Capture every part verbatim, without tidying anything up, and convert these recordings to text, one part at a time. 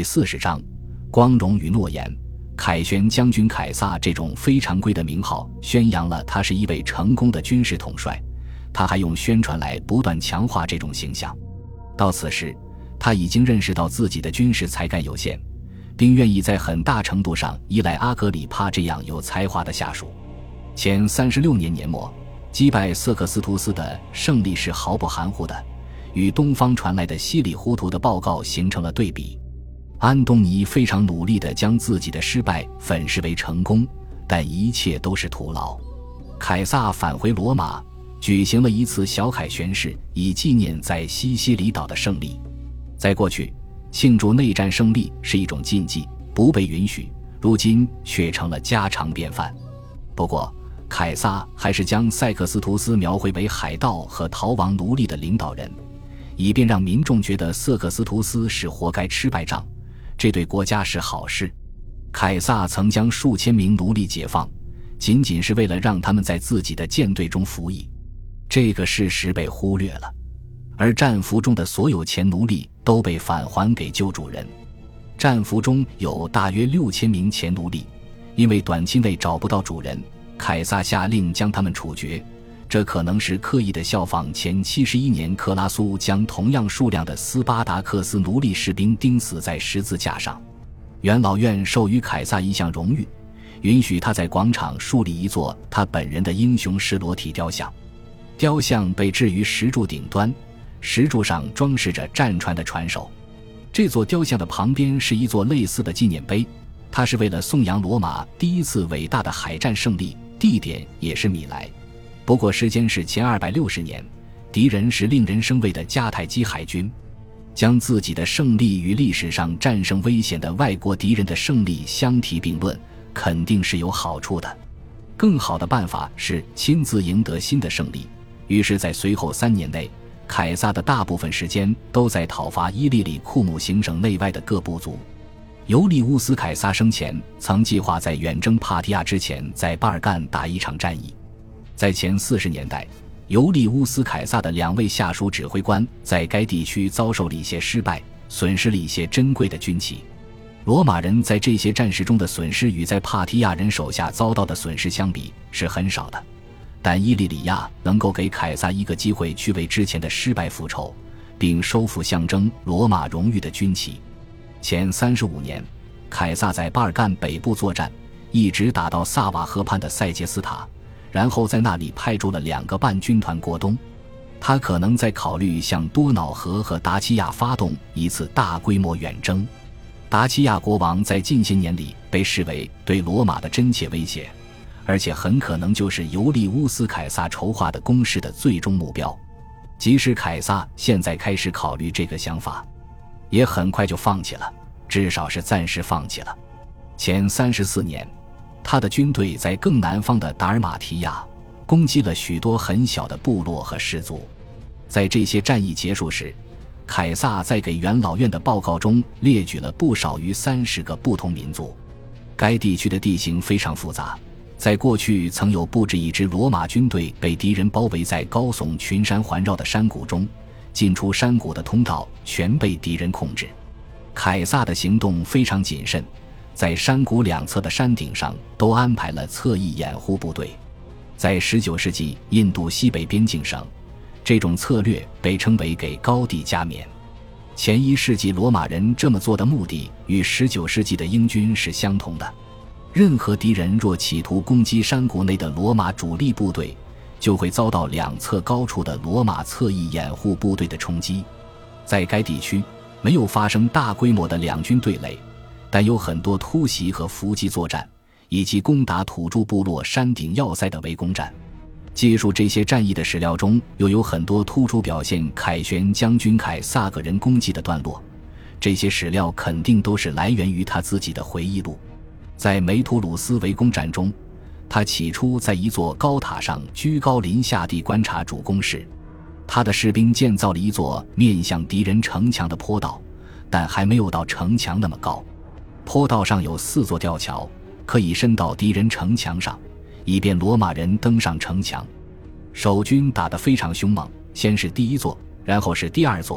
第四十章，光荣与诺言。凯旋将军凯撒这种非常规的名号宣扬了他是一位成功的军事统帅，他还用宣传来不断强化这种形象。到此时，他已经认识到自己的军事才干有限，并愿意在很大程度上依赖阿格里帕这样有才华的下属。前三十六年年末，击败瑟克斯图斯的胜利是毫不含糊的，与东方传来的稀里糊涂的报告形成了对比。安东尼非常努力地将自己的失败粉饰为成功，但一切都是徒劳。凯撒返回罗马，举行了一次小凯旋式，以纪念在西西里岛的胜利。在过去，庆祝内战胜利是一种禁忌，不被允许，如今却成了家常便饭。不过，凯撒还是将塞克斯图斯描绘为海盗和逃亡奴隶的领导人，以便让民众觉得瑟克斯图斯是活该吃败仗，这对国家是好事。凯撒曾将数千名奴隶解放，仅仅是为了让他们在自己的舰队中服役。这个事实被忽略了，而战俘中的所有前奴隶都被返还给旧主人。战俘中有大约六千名前奴隶，因为短期内找不到主人，凯撒下令将他们处决。这可能是刻意的效仿前七十一年克拉苏将同样数量的斯巴达克斯奴隶士兵钉死在十字架上。元老院授予凯撒一项荣誉，允许他在广场树立一座他本人的英雄式裸体雕像。雕像被置于石柱顶端，石柱上装饰着战船的船首。这座雕像的旁边是一座类似的纪念碑，它是为了颂扬罗马第一次伟大的海战胜利，地点也是米莱。不过时间是前二百六十年，敌人是令人生畏的迦太基海军。将自己的胜利与历史上战胜危险的外国敌人的胜利相提并论，肯定是有好处的。更好的办法是亲自赢得新的胜利。于是在随后三年内，凯撒的大部分时间都在讨伐伊利里库姆行省内外的各部族。尤利乌斯凯撒生前曾计划在远征帕提亚之前在巴尔干打一场战役。在前四十年代，尤利乌斯凯撒的两位下属指挥官在该地区遭受了一些失败，损失了一些珍贵的军旗。罗马人在这些战事中的损失与在帕提亚人手下遭到的损失相比是很少的，但伊利里亚能够给凯撒一个机会去为之前的失败复仇，并收复象征罗马荣誉的军旗。前三十五年，凯撒在巴尔干北部作战，一直打到萨瓦河畔的塞杰斯塔，然后在那里派驻了两个半军团过冬。他可能在考虑向多瑙河和达契亚发动一次大规模远征。达契亚国王在近些年里被视为对罗马的真切威胁，而且很可能就是尤利乌斯凯撒筹划的攻势的最终目标。即使凯撒现在开始考虑这个想法，也很快就放弃了，至少是暂时放弃了。前三十四年，他的军队在更南方的达尔马提亚攻击了许多很小的部落和氏族。在这些战役结束时，凯撒在给元老院的报告中列举了不少于三十个不同民族。该地区的地形非常复杂，在过去曾有不止一支罗马军队被敌人包围在高耸群山环绕的山谷中，进出山谷的通道全被敌人控制。凯撒的行动非常谨慎，在山谷两侧的山顶上都安排了侧翼掩护部队。在十九世纪印度西北边境省，这种策略被称为给高地加冕。前一世纪罗马人这么做的目的与十九世纪的英军是相同的。任何敌人若企图攻击山谷内的罗马主力部队，就会遭到两侧高处的罗马侧翼掩护部队的冲击。在该地区没有发生大规模的两军对垒，但有很多突袭和伏击作战，以及攻打土著部落山顶要塞的围攻战。记述这些战役的史料中，又有很多突出表现凯旋将军凯撒个人功绩的段落，这些史料肯定都是来源于他自己的回忆录。在梅图鲁斯围攻战中，他起初在一座高塔上居高临下地观察主攻势。他的士兵建造了一座面向敌人城墙的坡道，但还没有到城墙那么高。坡道上有四座吊桥，可以伸到敌人城墙上，以便罗马人登上城墙。守军打得非常凶猛，先是第一座，然后是第二座，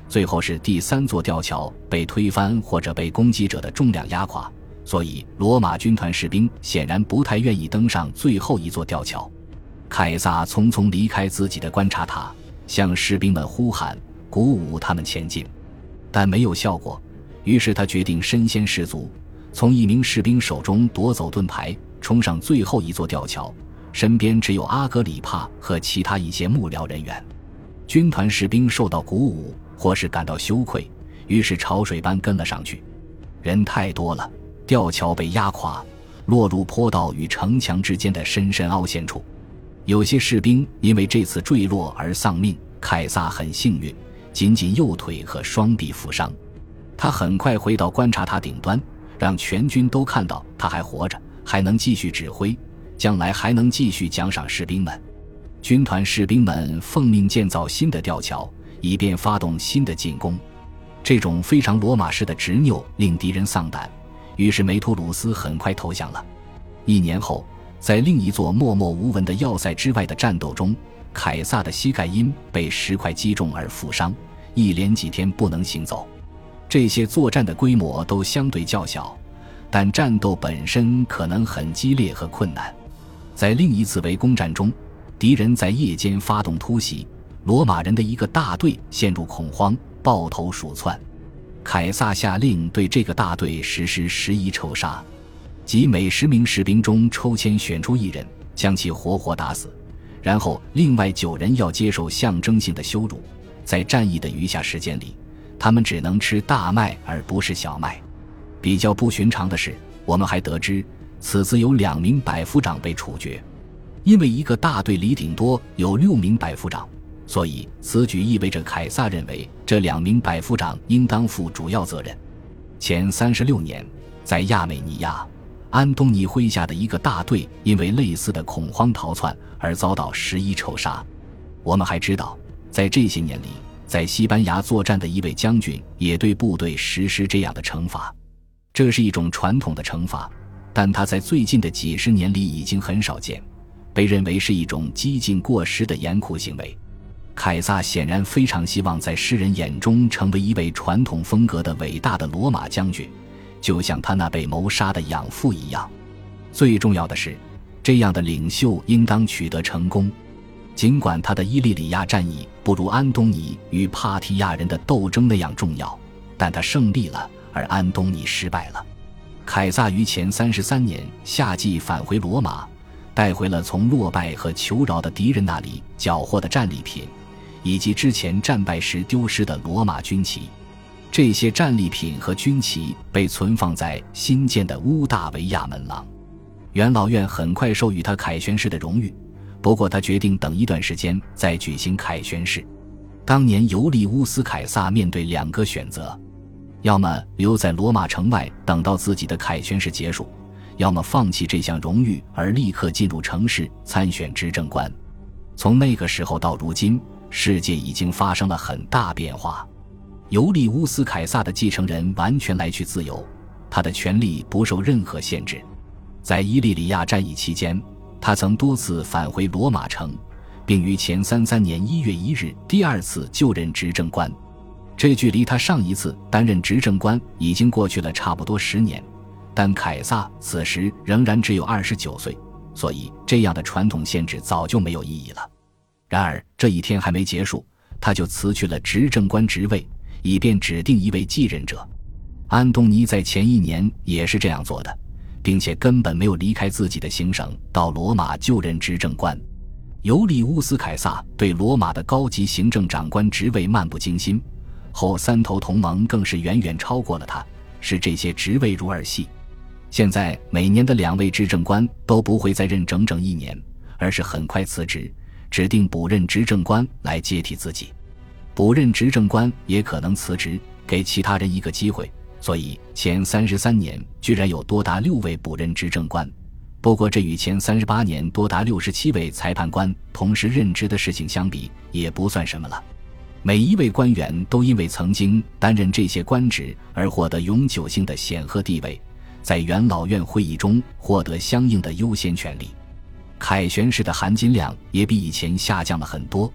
最后是第三座吊桥被推翻或者被攻击者的重量压垮，所以罗马军团士兵显然不太愿意登上最后一座吊桥。凯撒匆匆离开自己的观察塔，向士兵们呼喊，鼓舞他们前进，但没有效果。于是他决定身先士卒，从一名士兵手中夺走盾牌，冲上最后一座吊桥，身边只有阿格里帕和其他一些幕僚人员。军团士兵受到鼓舞，或是感到羞愧，于是潮水般跟了上去。人太多了，吊桥被压垮，落入坡道与城墙之间的深深凹陷处。有些士兵因为这次坠落而丧命，凯撒很幸运，仅仅右腿和双臂负伤。他很快回到观察塔顶端，让全军都看到他还活着，还能继续指挥，将来还能继续奖赏士兵们。军团士兵们奉命建造新的吊桥，以便发动新的进攻。这种非常罗马式的执拗令敌人丧胆，于是梅图鲁斯很快投降了。一年后，在另一座默默无闻的要塞之外的战斗中，凯撒的膝盖因被石块击中而负伤，一连几天不能行走。这些作战的规模都相对较小，但战斗本身可能很激烈和困难。在另一次围攻战中，敌人在夜间发动突袭，罗马人的一个大队陷入恐慌，抱头鼠窜。凯撒下令对这个大队实施十一抽杀，即每十名士兵中抽签选出一人，将其活活打死，然后另外九人要接受象征性的羞辱。在战役的余下时间里，他们只能吃大麦而不是小麦。比较不寻常的是，我们还得知此次有两名百夫长被处决。因为一个大队里顶多有六名百夫长，所以此举意味着凯撒认为这两名百夫长应当负主要责任。前三十六年，在亚美尼亚，安东尼麾下的一个大队因为类似的恐慌逃窜而遭到十一抽杀。我们还知道，在这些年里，在西班牙作战的一位将军也对部队实施这样的惩罚。这是一种传统的惩罚，但它在最近的几十年里已经很少见，被认为是一种激进过时的严酷行为。凯撒显然非常希望在世人眼中成为一位传统风格的伟大的罗马将军，就像他那被谋杀的养父一样。最重要的是，这样的领袖应当取得成功。尽管他的伊利里亚战役不如安东尼与帕提亚人的斗争那样重要，但他胜利了，而安东尼失败了。凯撒于前三十三年夏季返回罗马，带回了从落败和求饶的敌人那里缴获的战利品，以及之前战败时丢失的罗马军旗。这些战利品和军旗被存放在新建的乌大维亚门廊。元老院很快授予他凯旋式的荣誉，不过他决定等一段时间再举行凯旋式。当年尤利乌斯凯撒面对两个选择，要么留在罗马城外等到自己的凯旋式结束，要么放弃这项荣誉而立刻进入城市参选执政官。从那个时候到如今，世界已经发生了很大变化。尤利乌斯凯撒的继承人完全来去自由，他的权力不受任何限制。在伊利里亚战役期间，他曾多次返回罗马城，并于前三十三年一月一日第二次就任执政官。这距离他上一次担任执政官已经过去了差不多十年，但凯撒此时仍然只有二十九岁，所以这样的传统限制早就没有意义了。然而这一天还没结束，他就辞去了执政官职位，以便指定一位继任者。安东尼在前一年也是这样做的，并且根本没有离开自己的行省到罗马就任执政官。尤利乌斯凯撒对罗马的高级行政长官职位漫不经心，后三头同盟更是远远超过了他，使这些职位如儿戏。现在每年的两位执政官都不会再任整整一年，而是很快辞职，指定补任执政官来接替自己。补任执政官也可能辞职，给其他人一个机会，所以前三十三年居然有多达六位补任执政官。不过这与前三十八年多达六十七位裁判官同时任职的事情相比，也不算什么了。每一位官员都因为曾经担任这些官职而获得永久性的显赫地位，在元老院会议中获得相应的优先权利。凯旋式的含金量也比以前下降了很多，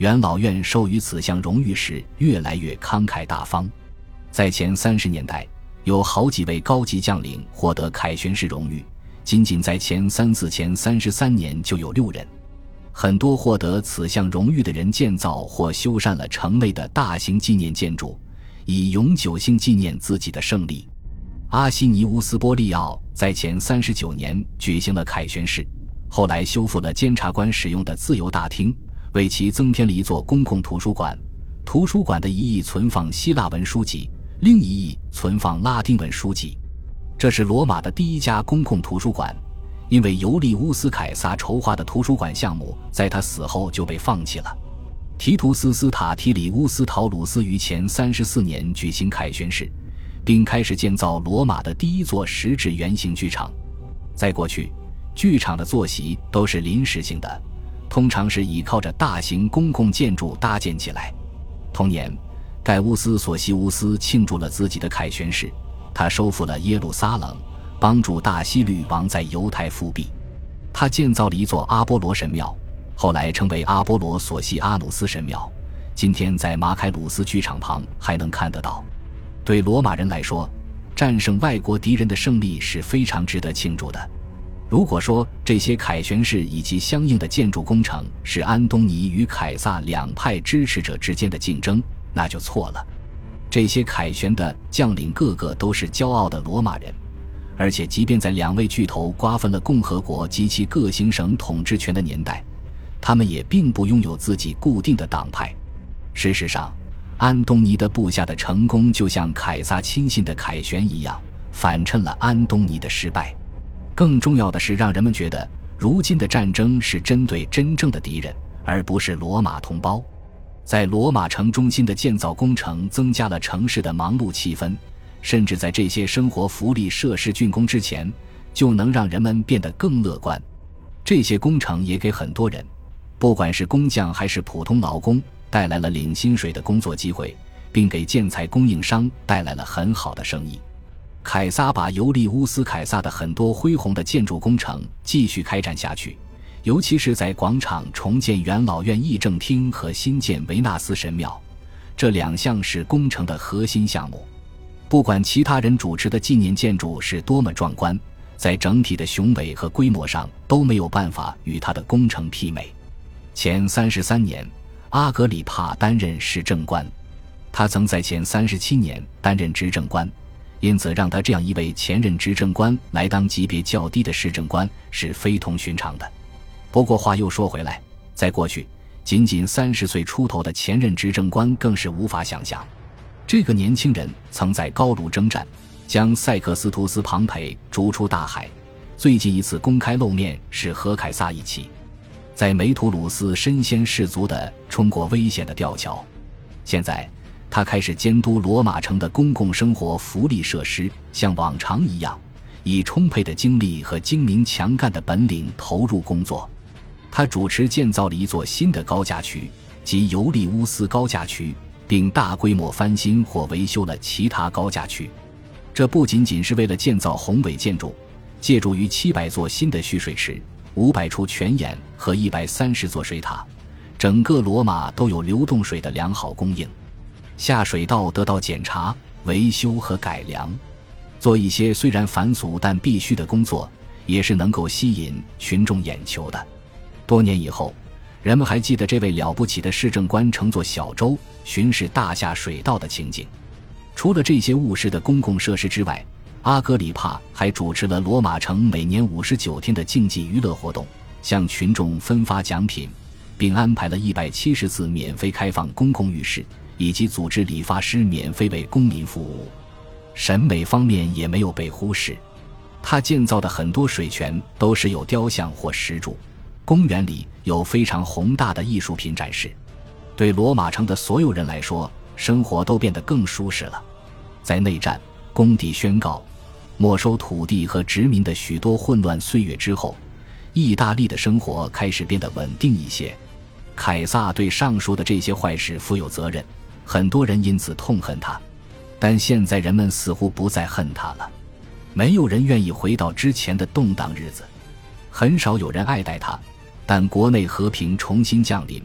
元老院授予此项荣誉时越来越慷慨大方。在前三十年代，有好几位高级将领获得凯旋式荣誉，仅仅在前三四前三十三年就有六人。很多获得此项荣誉的人建造或修缮了城内的大型纪念建筑，以永久性纪念自己的胜利。阿西尼乌斯波利奥在前三十九年举行了凯旋式，后来修复了监察官使用的自由大厅，为其增添了一座公共图书馆。图书馆的一翼存放希腊文书籍，另一翼存放拉丁文书籍。这是罗马的第一家公共图书馆，因为尤利乌斯·凯撒筹划的图书馆项目在他死后就被放弃了。提图斯·斯塔提里乌斯·陶鲁斯于前三十四年举行凯旋式，并开始建造罗马的第一座实质圆形剧场。在过去，剧场的坐席都是临时性的，通常是倚靠着大型公共建筑搭建起来。同年，盖乌斯·索西乌斯庆祝了自己的凯旋式，他收复了耶路撒冷，帮助大希律王在犹太复辟。他建造了一座阿波罗神庙，后来称为阿波罗索西阿努斯神庙，今天在马凯鲁斯剧场旁还能看得到。对罗马人来说，战胜外国敌人的胜利是非常值得庆祝的。如果说这些凯旋式以及相应的建筑工程是安东尼与凯撒两派支持者之间的竞争，那就错了。这些凯旋的将领个个都是骄傲的罗马人，而且即便在两位巨头瓜分了共和国及其各行省统治权的年代，他们也并不拥有自己固定的党派。事实上，安东尼的部下的成功就像凯撒亲信的凯旋一样，反衬了安东尼的失败。更重要的是，让人们觉得如今的战争是针对真正的敌人，而不是罗马同胞。在罗马城中心的建造工程增加了城市的忙碌气氛，甚至在这些生活福利设施竣工之前，就能让人们变得更乐观。这些工程也给很多人，不管是工匠还是普通劳工，带来了领薪水的工作机会，并给建材供应商带来了很好的生意。凯撒把尤利乌斯·凯撒的很多恢宏的建筑工程继续开展下去，尤其是在广场重建元老院议政厅和新建维纳斯神庙，这两项是工程的核心项目。不管其他人主持的纪念建筑是多么壮观，在整体的雄伟和规模上都没有办法与他的工程媲美。前三十三年，阿格里帕担任市政官，他曾在前三十七年担任执政官，因此让他这样一位前任执政官来当级别较低的市政官是非同寻常的。不过话又说回来，在过去，仅仅三十岁出头的前任执政官更是无法想象。这个年轻人曾在高卢征战，将塞克斯图斯·庞培逐出大海，最近一次公开露面是和凯撒一起，在梅图鲁斯身先士卒地冲过危险的吊桥。现在他开始监督罗马城的公共生活福利设施，像往常一样，以充沛的精力和精明强干的本领投入工作。他主持建造了一座新的高架区，即尤利乌斯高架区，并大规模翻新或维修了其他高架区。这不仅仅是为了建造宏伟建筑，借助于七百座新的蓄水池、五百处泉眼和一百三十座水塔，整个罗马都有流动水的良好供应。下水道得到检查、维修和改良，做一些虽然繁俗但必须的工作，也是能够吸引群众眼球的。多年以后，人们还记得这位了不起的市政官乘坐小舟巡视大下水道的情景。除了这些务实的公共设施之外，阿格里帕还主持了罗马城每年五十九天的竞技娱乐活动，向群众分发奖品，并安排了一百七十次免费开放公共浴室，以及组织理发师免费为公民服务。审美方面也没有被忽视，他建造的很多水泉都是有雕像或石柱，公园里有非常宏大的艺术品展示。对罗马城的所有人来说，生活都变得更舒适了。在内战、公地宣告、没收土地和殖民的许多混乱岁月之后，意大利的生活开始变得稳定一些。凯撒对上述的这些坏事负有责任，很多人因此痛恨他，但现在人们似乎不再恨他了。没有人愿意回到之前的动荡日子，很少有人爱戴他，但国内和平重新降临，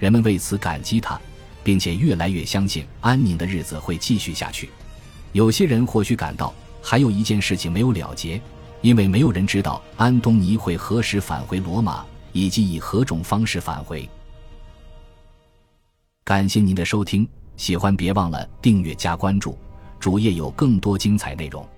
人们为此感激他，并且越来越相信安宁的日子会继续下去。有些人或许感到还有一件事情没有了结，因为没有人知道安东尼会何时返回罗马，以及以何种方式返回。感谢您的收听，喜欢别忘了订阅加关注，主页有更多精彩内容。